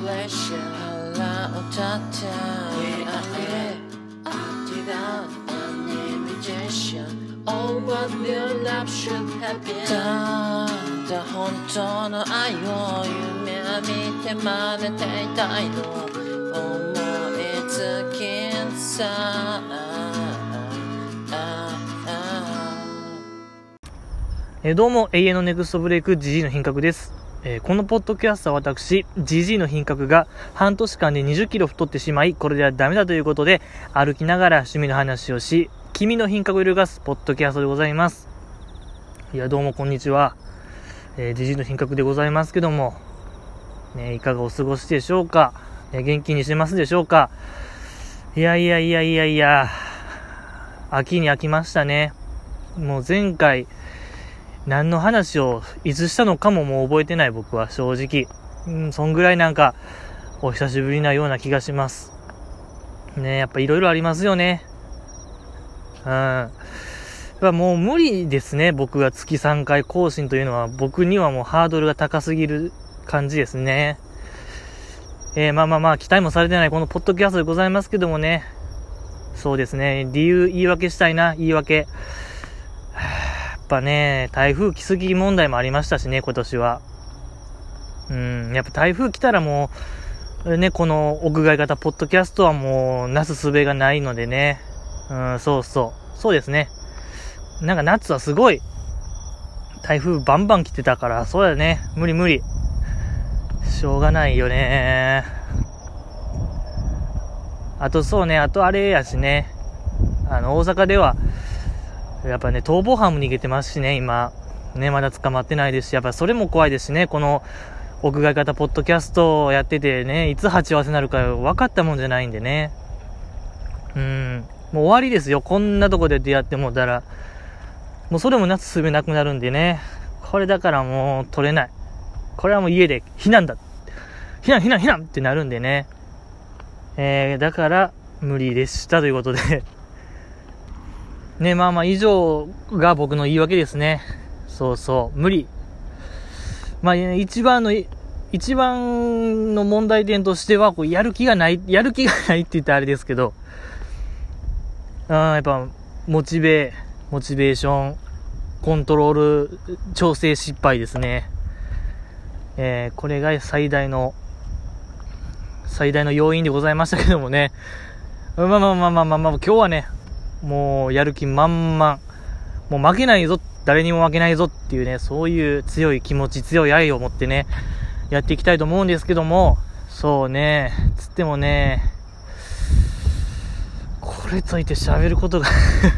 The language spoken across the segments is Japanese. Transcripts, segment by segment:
pressure 腹を立てOh, what your love should have been ただ本当の愛を夢見て真似ていたいの思いつきさどうも永遠のネクストブレイク GG の品格です。このポッドキャストは私 GG の品格が半年間で20キロ太ってしまいこれではダメだということで歩きながら趣味の話をし君の品格を揺るがすポッドキャストでございます。いやどうもこんにちは、GG の品格でございますけども、ね、いかがお過ごしでしょうか、元気にしてますでしょうか。いや秋に飽きましたね。もう前回何の話をいつしたのかももう覚えてない僕は正直、そんぐらいなんかお久しぶりなような気がしますね。やっぱいろいろありますよね。もう無理ですね。僕が月3回更新というのは僕にはもうハードルが高すぎる感じですね。期待もされてないこのポッドキャストでございますけどもね。そうですね。言い訳したいな。言い訳やっぱね、台風来すぎ問題もありましたしね、今年は。やっぱ台風来たらもう、ね、この屋外型ポッドキャストはもう、なすすべがないのでね。そうですね。なんか夏はすごい、台風バンバン来てたから、そうだね。無理。しょうがないよね。あとあれやしね。大阪では、やっぱね、逃亡犯も逃げてますしね、今。ね、まだ捕まってないですし、やっぱそれも怖いですしね、この屋外型ポッドキャストをやっててね、いつ鉢合わせになるか分かったもんじゃないんでね。もう終わりですよ。こんなとこで出会ってもたら。もうそれも夏すべなくなるんでね。これだからもう取れない。これはもう家で避難だ。避難ってなるんでね。だから無理でしたということで。ね、以上が僕の言い訳ですね。無理。一番の問題点としては、やる気がないって言ったらあれですけど、やっぱ、モチベーション、コントロール、調整失敗ですね。これが最大の要因でございましたけどもね。今日はね、もうやる気満々、もう負けないぞ、誰にも負けないぞっていうね、そういう強い気持ち、強い愛を持ってね、やっていきたいと思うんですけども、そうね、つってもね、これといって喋ること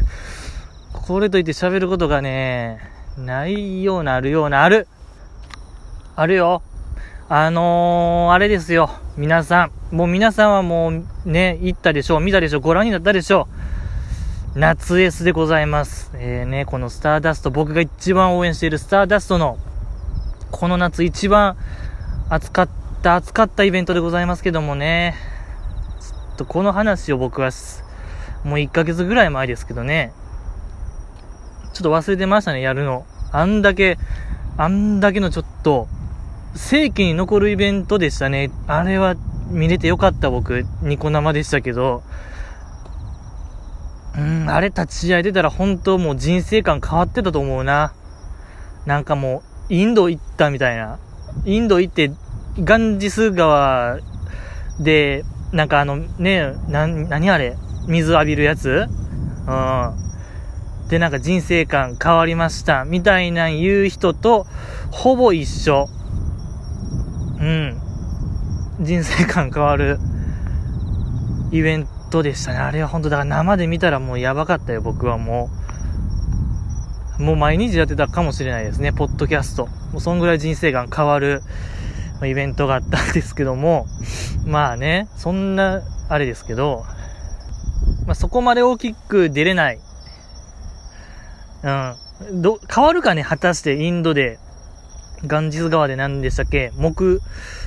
がね、ないようなあるような、あるよ。あれですよ、皆さんはもうね、行ったでしょう、見たでしょう、ご覧になったでしょう。夏 S でございます。このスターダスト、僕が一番応援しているスターダストの、この夏一番熱かったイベントでございますけどもね。ちょっとこの話を僕は、もう1ヶ月ぐらい前ですけどね。ちょっと忘れてましたね、やるの。あんだけのちょっと、世紀に残るイベントでしたね。あれは見れてよかった僕、ニコ生でしたけど、あれ立ち会えてたら本当もう人生観変わってたと思うな。なんかもうインド行ったみたいな。インド行ってガンジス川でなんか何あれ水浴びるやつでなんか人生観変わりましたみたいな言う人とほぼ一緒。人生観変わるイベントでしたね。あれは本当だから生で見たらもうやばかったよ。僕はもう毎日やってたかもしれないですね、ポッドキャスト。もうそんぐらい人生観変わるイベントがあったんですけども、そんなあれですけど、そこまで大きく出れない。変わるかね、果たしてインドでガンジス川で何でしたっけ、沐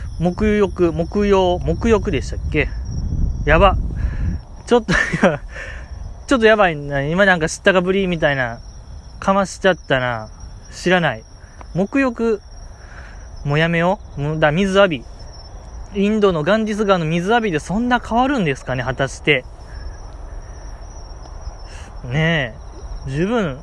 浴でしたっけ。やば。ちょっとやばいな。今なんか知ったかぶりみたいなかましちゃったな。知らない。沐浴もうやめよう。水浴びインドのガンジス川の水浴びでそんな変わるんですかね、果たして。ねえ、十分、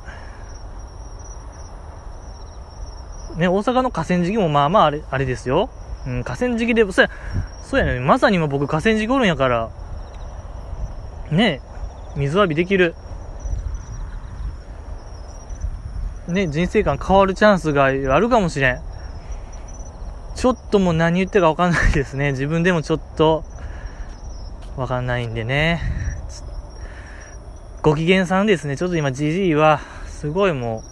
ね、大阪の河川敷もまあまああれですよ。河川敷で、そうやね、まさに今僕河川敷おるんやから、ねえ、水浴びできる。ね、人生観変わるチャンスがあるかもしれん。ちょっともう何言ってるか分かんないですね。自分でもちょっと分かんないんでね。ご機嫌さんですね。ちょっと今ジジイはすごいも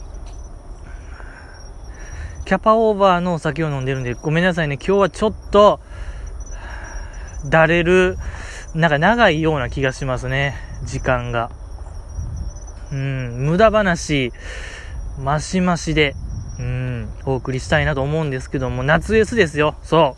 うキャパオーバーのお酒を飲んでるんで、ごめんなさいね。今日はちょっとだれる、なんか長いような気がしますね、時間が。無駄話マシマシでお送りしたいなと思うんですけども、夏 S ですよ。そう、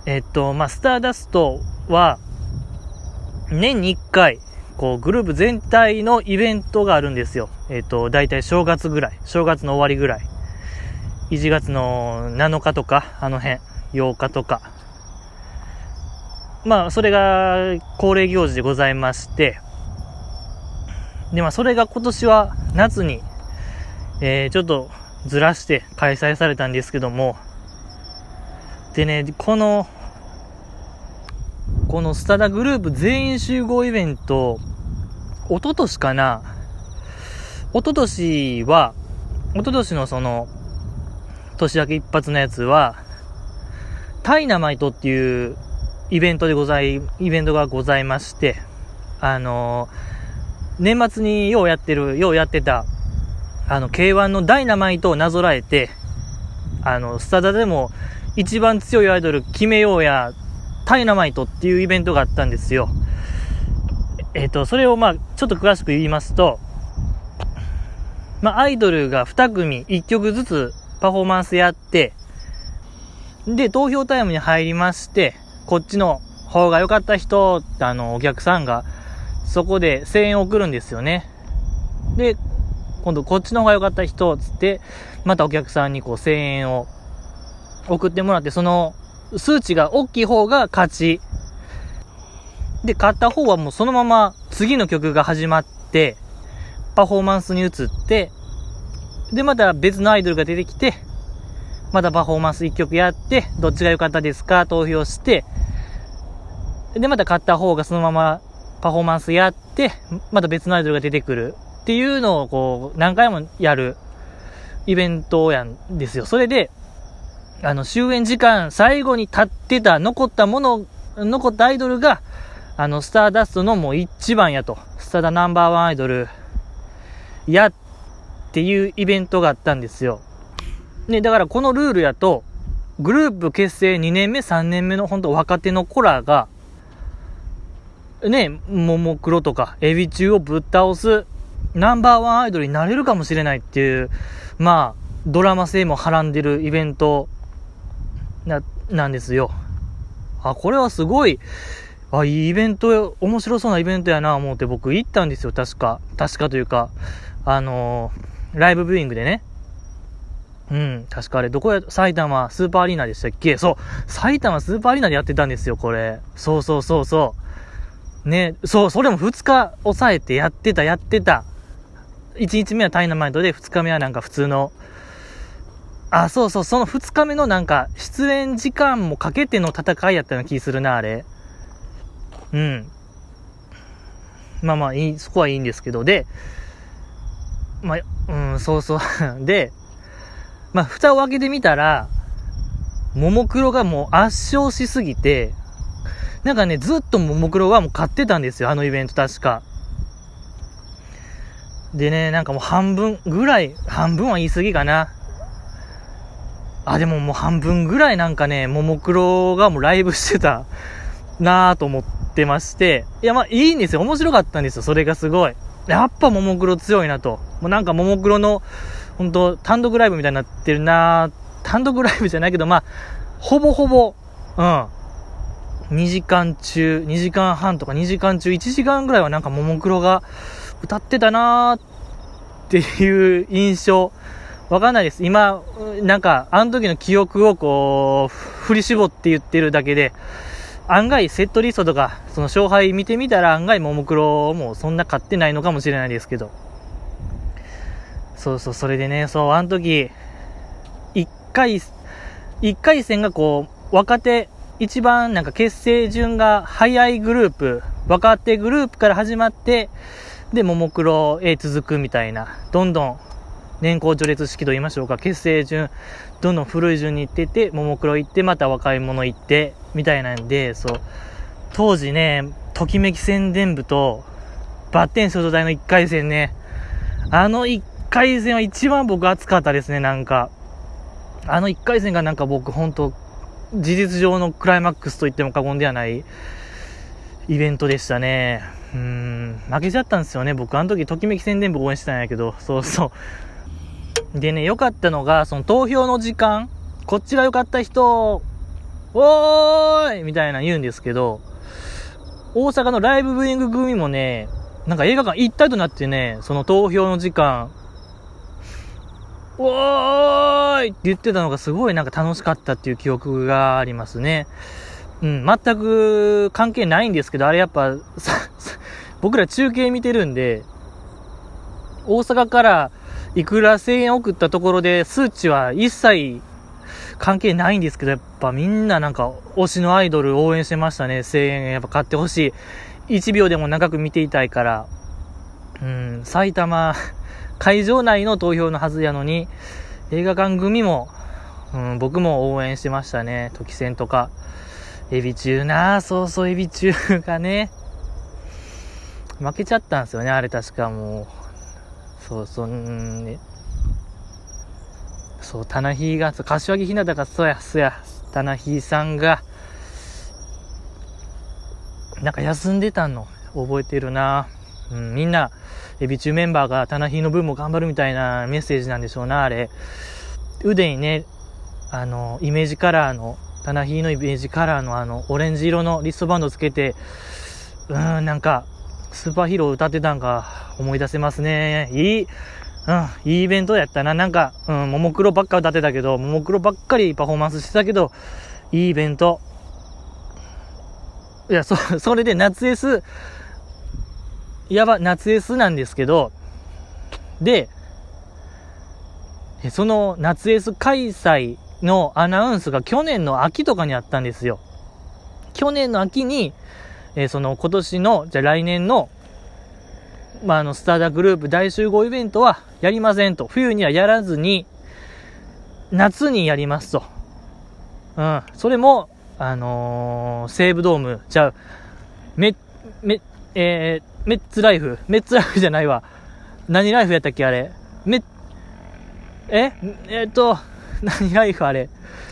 スターダストは年に1回こうグループ全体のイベントがあるんですよ。だいたい正月ぐらい、正月の終わりぐらい、1月の7日とかあの辺、8日とか、まあそれが恒例行事でございまして、でまあそれが今年は夏にちょっとずらして開催されたんですけども、でね、このスタダグループ全員集合イベント、一昨年かな、一昨年のその年明け一発のやつはタイナマイトっていうイベントがございまして、年末にようやってたK1 のダイナマイトをなぞらえて、スタダでも一番強いアイドル決めようやタイナマイトっていうイベントがあったんですよ。それをまあちょっと詳しく言いますと、アイドルが2組1曲ずつパフォーマンスやって、で投票タイムに入りまして、こっちの方が良かった人ってお客さんがそこで声援を送るんですよね。で今度こっちの方が良かった人つってまたお客さんにこう声援を送ってもらって、その数値が大きい方が勝ちで、勝った方はもうそのまま次の曲が始まってパフォーマンスに移って、でまた別のアイドルが出てきてまたパフォーマンス1曲やって、どっちが良かったですか投票して、でまた勝った方がそのままパフォーマンスやってまた別のアイドルが出てくるっていうのをこう何回もやるイベントやんですよ。それで終演時間最後に立ってた残ったアイドルがスターダストのもう一番やと、スタダナンバーワンアイドルやっていうイベントがあったんですよ。ね、だからこのルールやとグループ結成2年目3年目の本当若手の子らがね、ももクロとかエビ中をぶっ倒すナンバーワンアイドルになれるかもしれないっていう、まあドラマ性もはらんでるイベントなんですよ。これはすごいいいイベント、面白そうなイベントやな思って僕行ったんですよ。確かというかライブビューイングでね、確かあれどこや、埼玉スーパーアリーナでしたっけ。そう、埼玉スーパーアリーナでやってたんですよこれ。そうね、それも2日抑えてやってた。1日目はタイナマイトで2日目はなんか普通の、その2日目のなんか出演時間もかけての戦いやったような気するなあれ。まあいい、そこはいいんですけど、でで蓋を開けてみたらももクロがもう圧勝しすぎて、なんかねずっとももクロはもう勝ってたんですよ、あのイベント確かでね。なんかもう半分は言い過ぎかな。でももう半分ぐらいなんかねももクロがもうライブしてたなぁと思ってまして、いいんですよ、面白かったんですよ。それがすごいやっぱももクロ強いなと。もうなんかももクロの本当単独ライブみたいになってるな。単独ライブじゃないけどほぼ2時間半とか2時間中1時間ぐらいはなんかももクロが歌ってたなーっていう印象。 わかんないです。今、なんか、あの時の記憶をこう、振り絞って言ってるだけで、案外セットリストとか、その勝敗見てみたら案外ももクロもそんな勝ってないのかもしれないですけど。そうそう、それでね、そう、あの時、一回戦がこう、若手、一番なんか結成順が早いグループ、若手グループから始まって、で、ももクロへ続くみたいな、どんどん、年功序列式と言いましょうか、結成順、どんどん古い順に行ってて、ももクロ行って、また若い者行って、みたいなんで、そう、当時ね、ときめき宣伝部と、バッテン少女隊の1回戦ね、あの1回戦は一番僕熱かったですね、なんか。あの1回戦がなんか僕、ほんと、事実上のクライマックスと言っても過言ではないイベントでしたね。負けちゃったんですよね。僕、あの時、ときめき宣伝部応援してたんやけど、そうそう。でね、良かったのが、その投票の時間、こっちが良かった人、おーいみたいな言うんですけど、大阪のライブブーイング組もね、なんか映画館一体となってね、その投票の時間、おーいって言ってたのがすごいなんか楽しかったっていう記憶がありますね。全く関係ないんですけど、あれやっぱ、僕ら中継見てるんで、大阪からいくら声援を送ったところで数値は一切関係ないんですけど、やっぱみんななんか推しのアイドル応援してましたね。声援やっぱ買ってほしい。1秒でも長く見ていたいから。埼玉、会場内の投票のはずやのに、映画館組も、僕も応援してましたね。トキセンとか。エビ中な、そうそう、エビ中がね、負けちゃったんですよね、あれ確かもう。そうそう、そう、タナヒが、柏木ひなたが、そうや、タナヒさんが、なんか休んでたの、覚えてるな。みんな、エビ中メンバーがタナヒの分も頑張るみたいなメッセージなんでしょうな、あれ。腕にね、イメージカラーの、タナヒのイメージカラーのオレンジ色のリストバンドつけて、なんか、スーパーヒーロー歌ってたんか思い出せますね。いいイベントやったな。なんか、ももクロばっか歌ってたけど、ももクロばっかりパフォーマンスしてたけど、いいイベント。いや、それで夏 S、夏 S なんですけど、で、その夏 S 開催のアナウンスが去年の秋とかにあったんですよ。去年の秋に、その今年の、じゃあ来年の、スターダグループ大集合イベントはやりませんと。冬にはやらずに、夏にやりますと。それも、西武ドーム、メッツライフじゃないわ。何ライフやったっけあれ。何ライフあれ。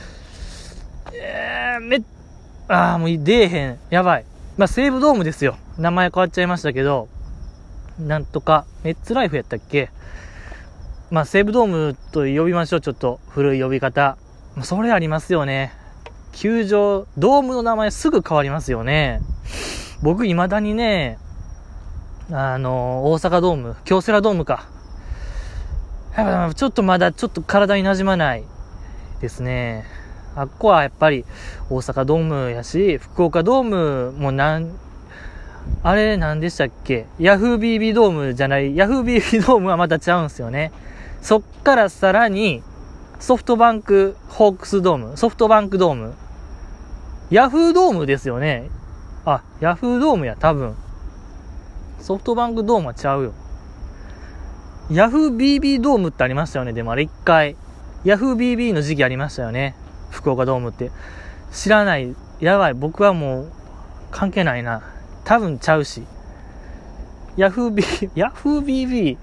もう出えへん。やばい。西武ドームですよ。名前変わっちゃいましたけど、なんとか、メッツライフやったっけ。西武ドームと呼びましょう。ちょっと古い呼び方。それありますよね。球場、ドームの名前すぐ変わりますよね。僕未だにね、大阪ドーム、京セラドームか。やっぱちょっとまだちょっと体に馴染まないですね。あっこはやっぱり大阪ドームやし、福岡ドームもあれ何でしたっけ？ヤフー BB ドームじゃない、ヤフー BB ドームはまたちゃうんすよね。そっからさらに、ソフトバンクホークスドーム、ソフトバンクドーム、ヤフードームですよね。ヤフードームや、多分。ソフトバンクドームはちゃうよ。ヤフー BB ドームってありましたよね。でもあれ一回、ヤフー BB の時期ありましたよね。福岡ドームって。知らない。やばい。僕はもう、関係ないな。多分ちゃうし。ヤフー BB。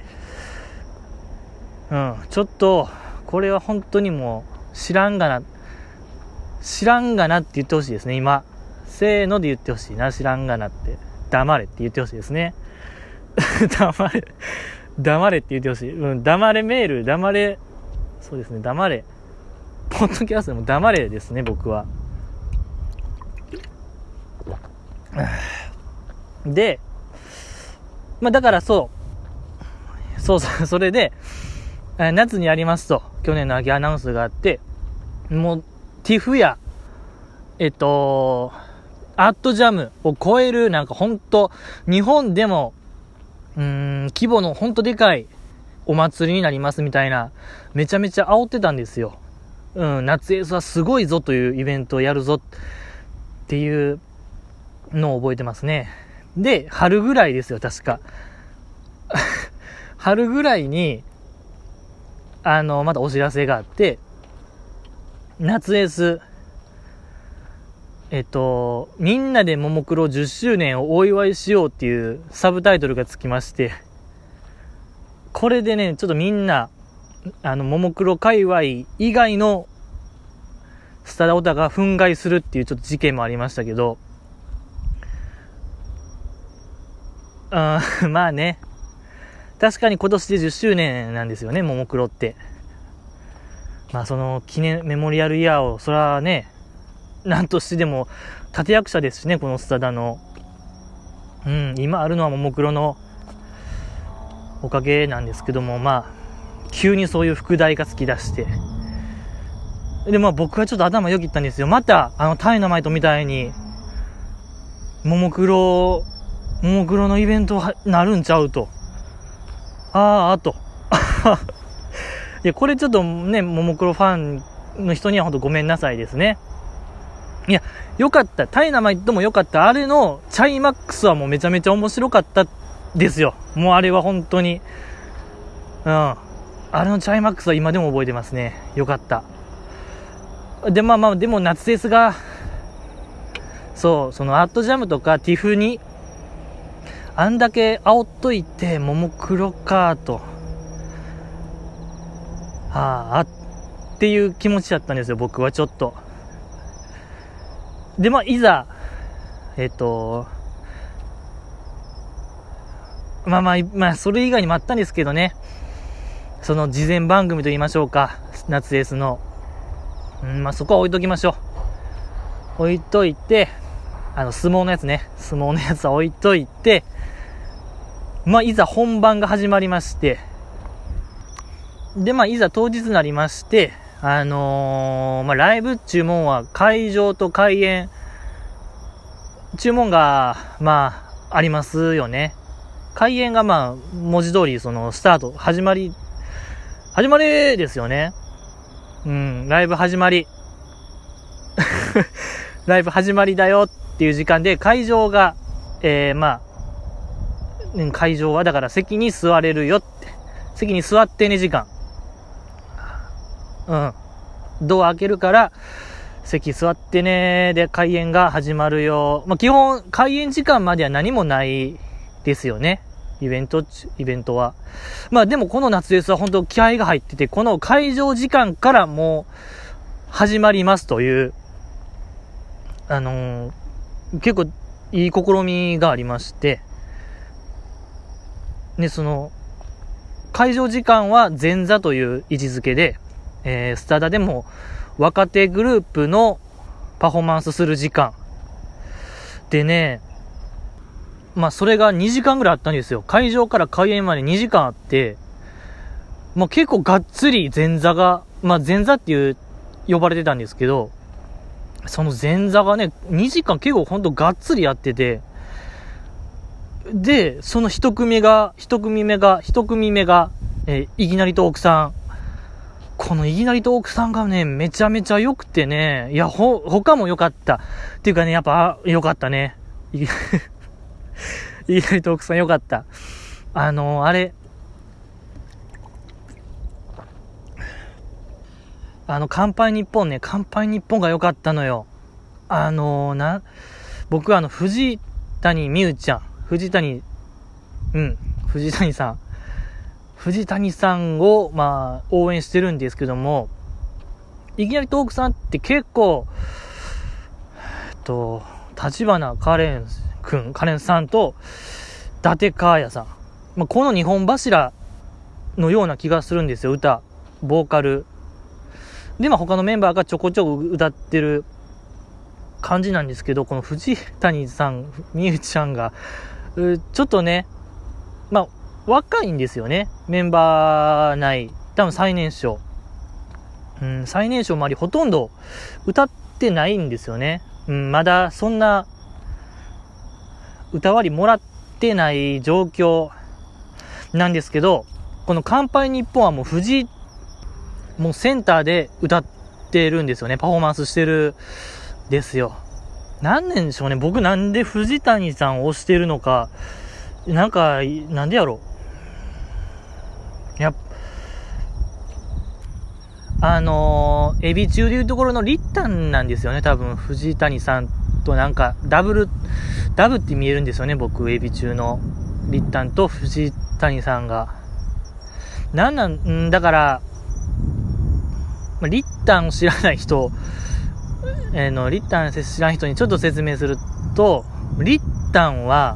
ちょっと、これは本当にもう、知らんがなって言ってほしいですね、今。せーので言ってほしいな、知らんがなって。黙れって言ってほしいですね。黙れって言ってほしい。黙れメール、黙れ、そうですね、黙れ。ポッドキャストでも黙れですね、僕は。で、だからそれで、 夏にやりますと、去年の秋アナウンスがあって、もう、ティフや、アットジャムを超える、なんかほんと、日本でも、規模のほんとでかいお祭りになりますみたいな、めちゃめちゃ煽ってたんですよ。夏エースはすごいぞというイベントをやるぞっていうのを覚えてますね。で、春ぐらいですよ、確か。春ぐらいに、またお知らせがあって、夏エース、みんなでももクロ10周年をお祝いしようっていうサブタイトルがつきまして、これでね、ちょっとみんな、ももクロ界隈以外のスタダオタが憤慨するっていうちょっと事件もありましたけど、まあね、確かに今年で10周年なんですよね、ももクロって。まあその記念メモリアルイヤーを、それはね、なんとしてでも立役者ですしね、このスタダの。今あるのはももクロのおかげなんですけども、まあ、急にそういう副題がつき出して。で、まあ僕はちょっと頭よぎったんですよ。また、タイナマイトみたいに、ももクロのイベントなるんちゃうと。と。いや、これちょっとね、ももクロファンの人には本当ごめんなさいですね。いや、よかった。タイナマイトもよかった。あれのチャイマックスはもうめちゃめちゃ面白かったですよ。もうあれは本当に。あれのチャイマックスは今でも覚えてますね。よかった。で、まあ、でも夏フェスが、そのアットジャムとかティフに、あんだけ煽っといて、ももクロかと。っていう気持ちだったんですよ、僕はちょっと。で、まあ、いざ、まあ、それ以外にもあったんですけどね。その事前番組と言いましょうか。夏エースの。まあ、そこは置いときましょう。置いといて、相撲のやつね。相撲のやつは置いといて、まあ、いざ本番が始まりまして、で、まあ、いざ当日になりまして、まあ、ライブ注文は会場と開演、注文が、まあ、ありますよね。開演が、まあ、文字通り、スタート、始まりですよね。ライブ始まり。ライブ始まりだよっていう時間で、会場が、まあ、会場はだから席に座れるよって。席に座ってね時間。ドア開けるから、席座ってねで開演が始まるよ。まあ、基本、開演時間までは何もないですよね。イベントは。まあでもこの夏フェスは本当気合が入ってて、この会場時間からもう始まりますという、結構いい試みがありまして、で、会場時間は前座という位置づけで、スタダでも若手グループのパフォーマンスする時間。でね、まあそれが2時間ぐらいあったんですよ。会場から開演まで2時間あって、まあ結構がっつり前座が、まあ前座っていう呼ばれてたんですけど、その前座がね、2時間結構ほんとがっつりやってて、で、その一組目が、いきなりトークさん。このいきなりトークさんがね、めちゃめちゃ良くてね、いや、他も良かった。っていうかね、やっぱ、良かったね。いきなりトークさん良かった。あれ、乾杯日本が良かったのよ。僕は藤谷美優ちゃん、藤谷さんを、まあ、応援してるんですけども、いきなりトークさんって結構、立花カレンさんと、伊達かーやさん。まあ、この2本柱のような気がするんですよ、歌、ボーカル。で、まあ、他のメンバーがちょこちょこ歌ってる感じなんですけど、この藤谷さん、みゆちゃんが、ちょっとね、まあ、若いんですよね。メンバー内多分最年少。最年少もあり、ほとんど歌ってないんですよね。まだそんな歌割りもらってない状況なんですけど、この乾杯日本はもうセンターで歌ってるんですよね。パフォーマンスしてるですよ。何年でしょうね。僕なんで藤谷さんを推してるのか、なんでやろう。エビ中でいうところのリッタンなんですよね。多分藤谷さんとダブって見えるんですよね。僕エビ中のリッタンと藤谷さんがだからリッタンを知らない人、リッタン知らない人にちょっと説明すると、リッタンは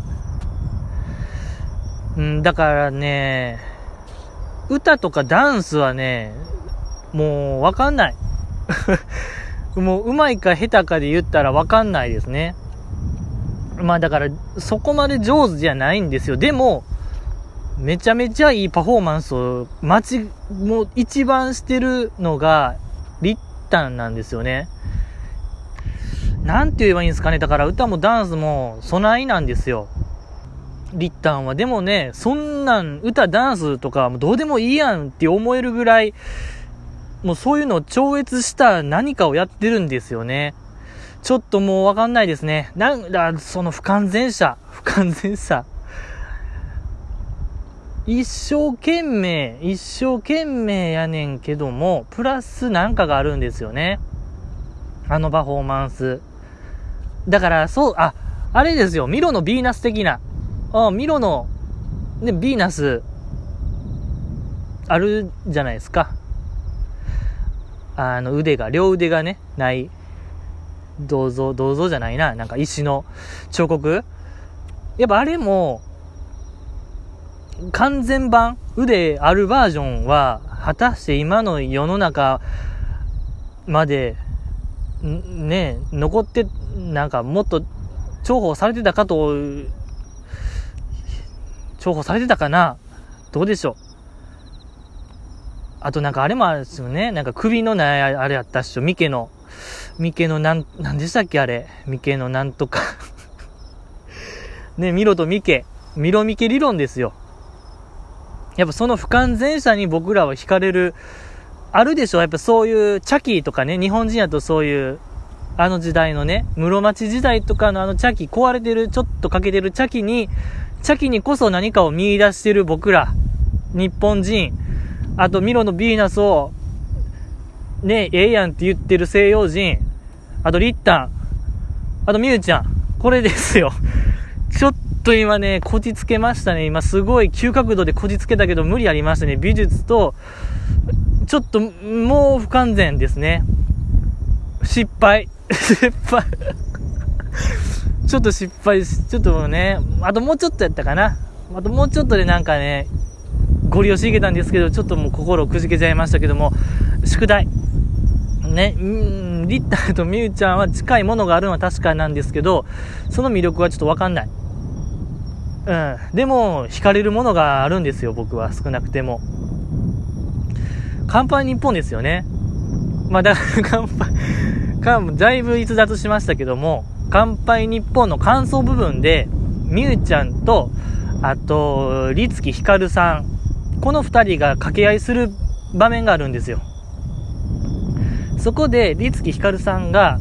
だからね、歌とかダンスはね、もうわかんないもう上手いか下手かで言ったらわかんないですね。だからそこまで上手じゃないんですよ。でもめちゃめちゃいいパフォーマンスをもう一番してるのがリッタンなんですよね。なんて言えばいいんですかね。だから歌もダンスも備えなんですよ、リッタンは。でもね、そんなん歌ダンスとかもどうでもいいやんって思えるぐらい、もうそういうのを超越した何かをやってるんですよね。ちょっともうわかんないですね。その不完全さ。一生懸命やねんけども、プラスなんかがあるんですよね。あのパフォーマンス。だからあれですよ。ミロのヴィーナス的な。ミロの、ね、ヴィーナス、あるじゃないですか。両腕がね、ない。銅像じゃないな。石の彫刻。やっぱあれも、完全版、腕あるバージョンは、果たして今の世の中まで、ね、残って、もっと重宝されてたかな、どうでしょう。あとあれもあるんですよね。首のないあれあったっしょ。ミケのなんでしたっけあれ。ミケのなんとか。ね、ミロとミケ理論ですよ。やっぱその不完全さに僕らは惹かれる、あるでしょ。やっぱそういうチャキとかね、日本人だとそういう、あの時代のね、室町時代とかのチャキ、壊れてる、ちょっと欠けてるチャキにこそ何かを見出してる僕ら、日本人、あとミロのヴィーナスを、ね、ええやんって言ってる西洋人、あとリッタン、あとミュウちゃん、これですよ。ちょっと今ね、こじつけましたね。今すごい急角度でこじつけたけど無理ありましたね。美術と、ちょっともう不完全ですね。失敗。ちょっと失敗ちょっとね、あともうちょっとやったかな。あともうちょっとでゴリ押しいけたんですけど、ちょっともう心をくじけちゃいましたけども、宿題。ね、リッターとミュウちゃんは近いものがあるのは確かなんですけど、その魅力はちょっとわかんない。でも、惹かれるものがあるんですよ、僕は。少なくても。乾杯日本ですよね。だからだいぶ逸脱しましたけども、乾杯日本の感想部分で、ミュウちゃんと、あと、律木ひかるさん、この二人が掛け合いする場面があるんですよ。そこで、律木ひかるさんが、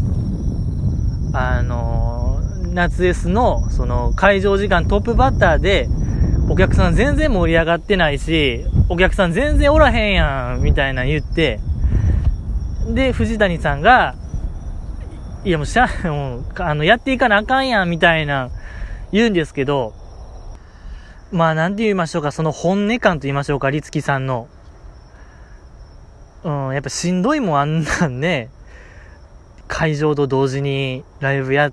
夏 S の、その、会場時間トップバッターで、お客さん全然盛り上がってないし、お客さん全然おらへんやん、みたいな言って、で、藤谷さんが、いやもうやっていかなあかんやん、みたいな、言うんですけど、なんて言いましょうか、その本音感と言いましょうか、律木さんの。やっぱしんどいもん、あんなんね。会場と同時にライブやって、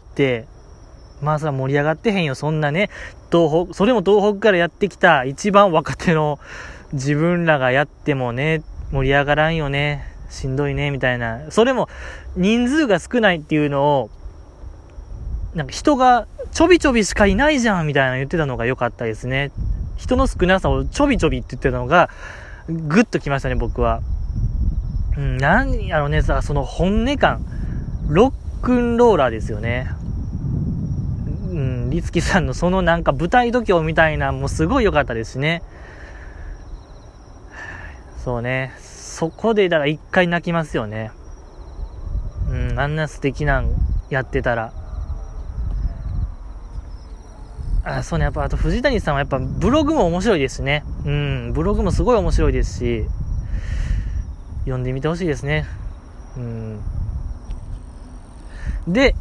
それは盛り上がってへんよ、そんなね。それも東北からやってきた一番若手の自分らがやってもね、盛り上がらんよね。しんどいね、みたいな。それも人数が少ないっていうのを、人がちょびちょびしかいないじゃんみたいな言ってたのが良かったですね。人の少なさをちょびちょびって言ってたのがグッときましたね、僕は。なんやろね、その本音感、ロックンローラーですよね。リツキさんのそのなんか舞台度胸みたいなもすごい良かったですしね。そうね、そこでだから一回泣きますよね。あんな素敵なんやってたら。そうね、やっぱあと藤谷さんはやっぱブログも面白いですしね。ブログもすごい面白いですし、読んでみてほしいですね。で、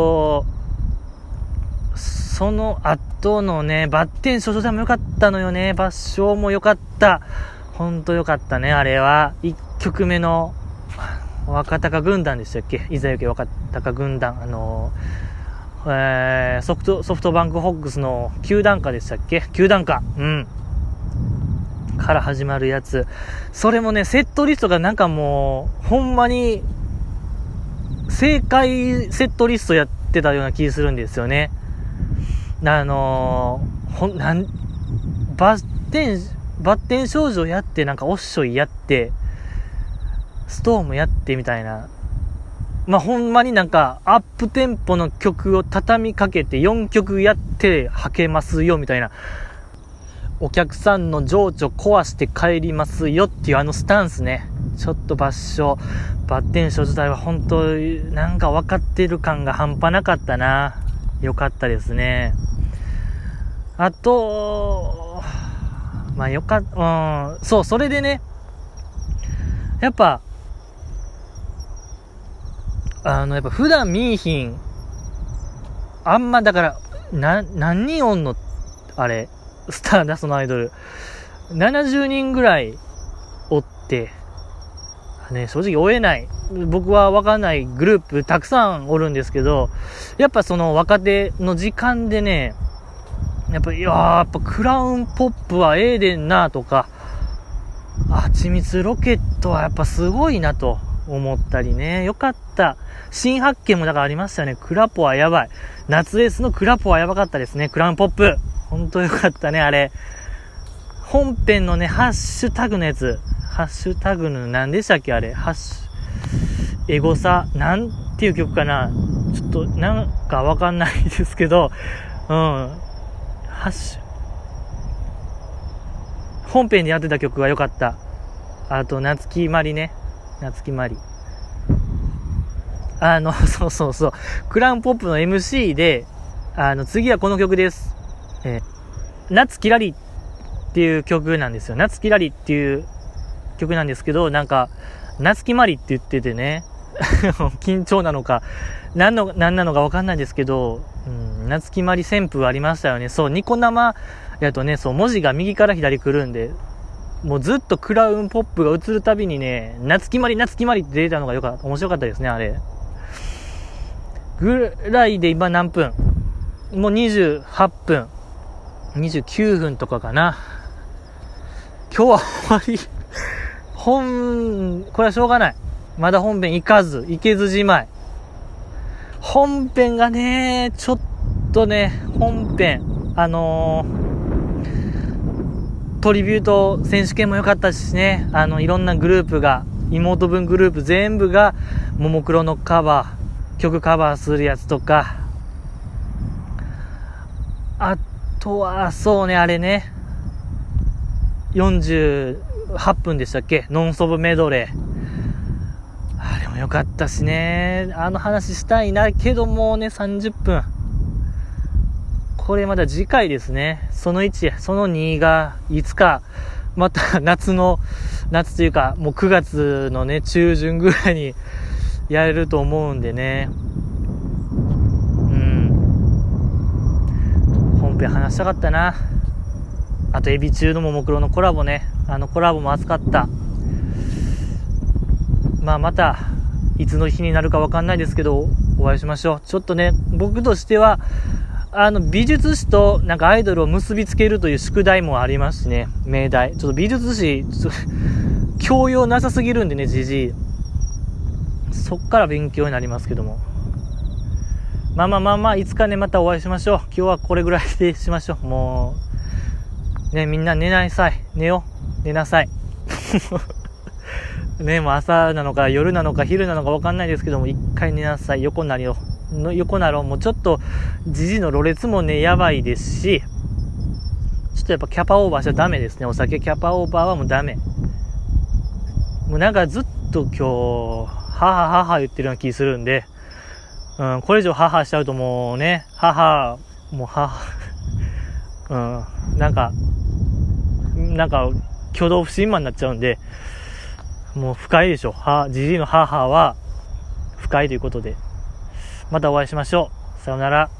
その後のね、バッテン少女隊も良かったのよね。バッショーも良かった。ほんと良かったね、あれは。1曲目の若鷹軍団でしたっけ？いざ行け若鷹軍団。ソフトバンクホックスの球団歌でしたっけ？球団歌。から始まるやつ。それもね、セットリストがなんかもう、ほんまに、正解セットリストやってたような気するんですよね。バッテン少女やって、なんかオッショイやって、ストームやってみたいな。ほんまになんかアップテンポの曲を畳みかけて4曲やってはけますよみたいな。お客さんの情緒壊して帰りますよっていうスタンスね。ちょっとバッテン少女隊は本当なんか分かってる感が半端なかったな。よかったですね。あと、そう、それでね、やっぱ普段見いひん、あんまだから、何人おんの、あれ、スターダストのアイドル。70人ぐらいおって、ね、正直追えない。僕は分かんないグループたくさんおるんですけど、やっぱその若手の時間でね、やっぱクラウンポップはええでんなとか、はちみつロケットはやっぱすごいなと思ったりね。よかった。新発見もだからありましたよね。クラポはやばい。夏エースのクラポはやばかったですね。クラウンポップ。ほんとよかったね、あれ。本編のね、ハッシュタグのやつ。ハッシュタグの何でしたっけあれ。エゴサ。なんていう曲かな。ちょっとなんかわかんないですけど、本編でやってた曲が良かった。あと、夏木マリね。夏木マリ。そう。クラウンポップの MC で、次はこの曲です。夏キラリっていう曲なんですよ。夏キラリっていう曲なんですけど、なんか、夏木マリって言っててね、緊張なのか、何なのか分かんないですけど、夏木マリ旋風ありましたよね。そう、ニコ生やとね、そう、文字が右から左来るんで、もうずっとクラウンポップが映るたびにね、夏木マリって出たのが面白かったですね、あれ。ぐらいで今何分？もう28分。29分とかかな。今日は終わり。これはしょうがない。まだ本編行けずじまい。本編がね、ちょっとね、本編、トリビュート選手権も良かったしね、いろんなグループが、妹分グループ全部が、ももクロの曲カバーするやつとか、あとは、そうね、あれね、48分でしたっけ？ノンストップメドレー。あれも良かったしね、話したいなけどもうね、30分。これまだ次回ですね。その1、その2が、いつか、また夏というか、もう9月のね、中旬ぐらいにやれると思うんでね。本編話したかったな。あとエビ中のももクロのコラボね。コラボも熱かった。またいつの日になるか分かんないですけどお会いしましょう。ちょっとね、僕としては美術史となんかアイドルを結びつけるという宿題もありますしね。命題ちょっと美術史教養なさすぎるんでね、じじい。そっから勉強になりますけども、いつかね、またお会いしましょう。今日はこれぐらいでしましょう。もうね、みんな寝なさい。寝なさい。 ね、もう朝なのか夜なのか昼なのか分かんないですけども、一回寝なさい。横なろう。もうちょっと時事のろれつもねやばいですし、ちょっとやっぱキャパオーバーしちゃダメですね。お酒キャパオーバーはもうダメ。もうなんかずっと今日母言ってるような気するんで、これ以上母しちゃうともうね、なんか挙動不審者になっちゃうんで、もう不快でしょ。じじいの母は不快ということで、またお会いしましょう。さようなら。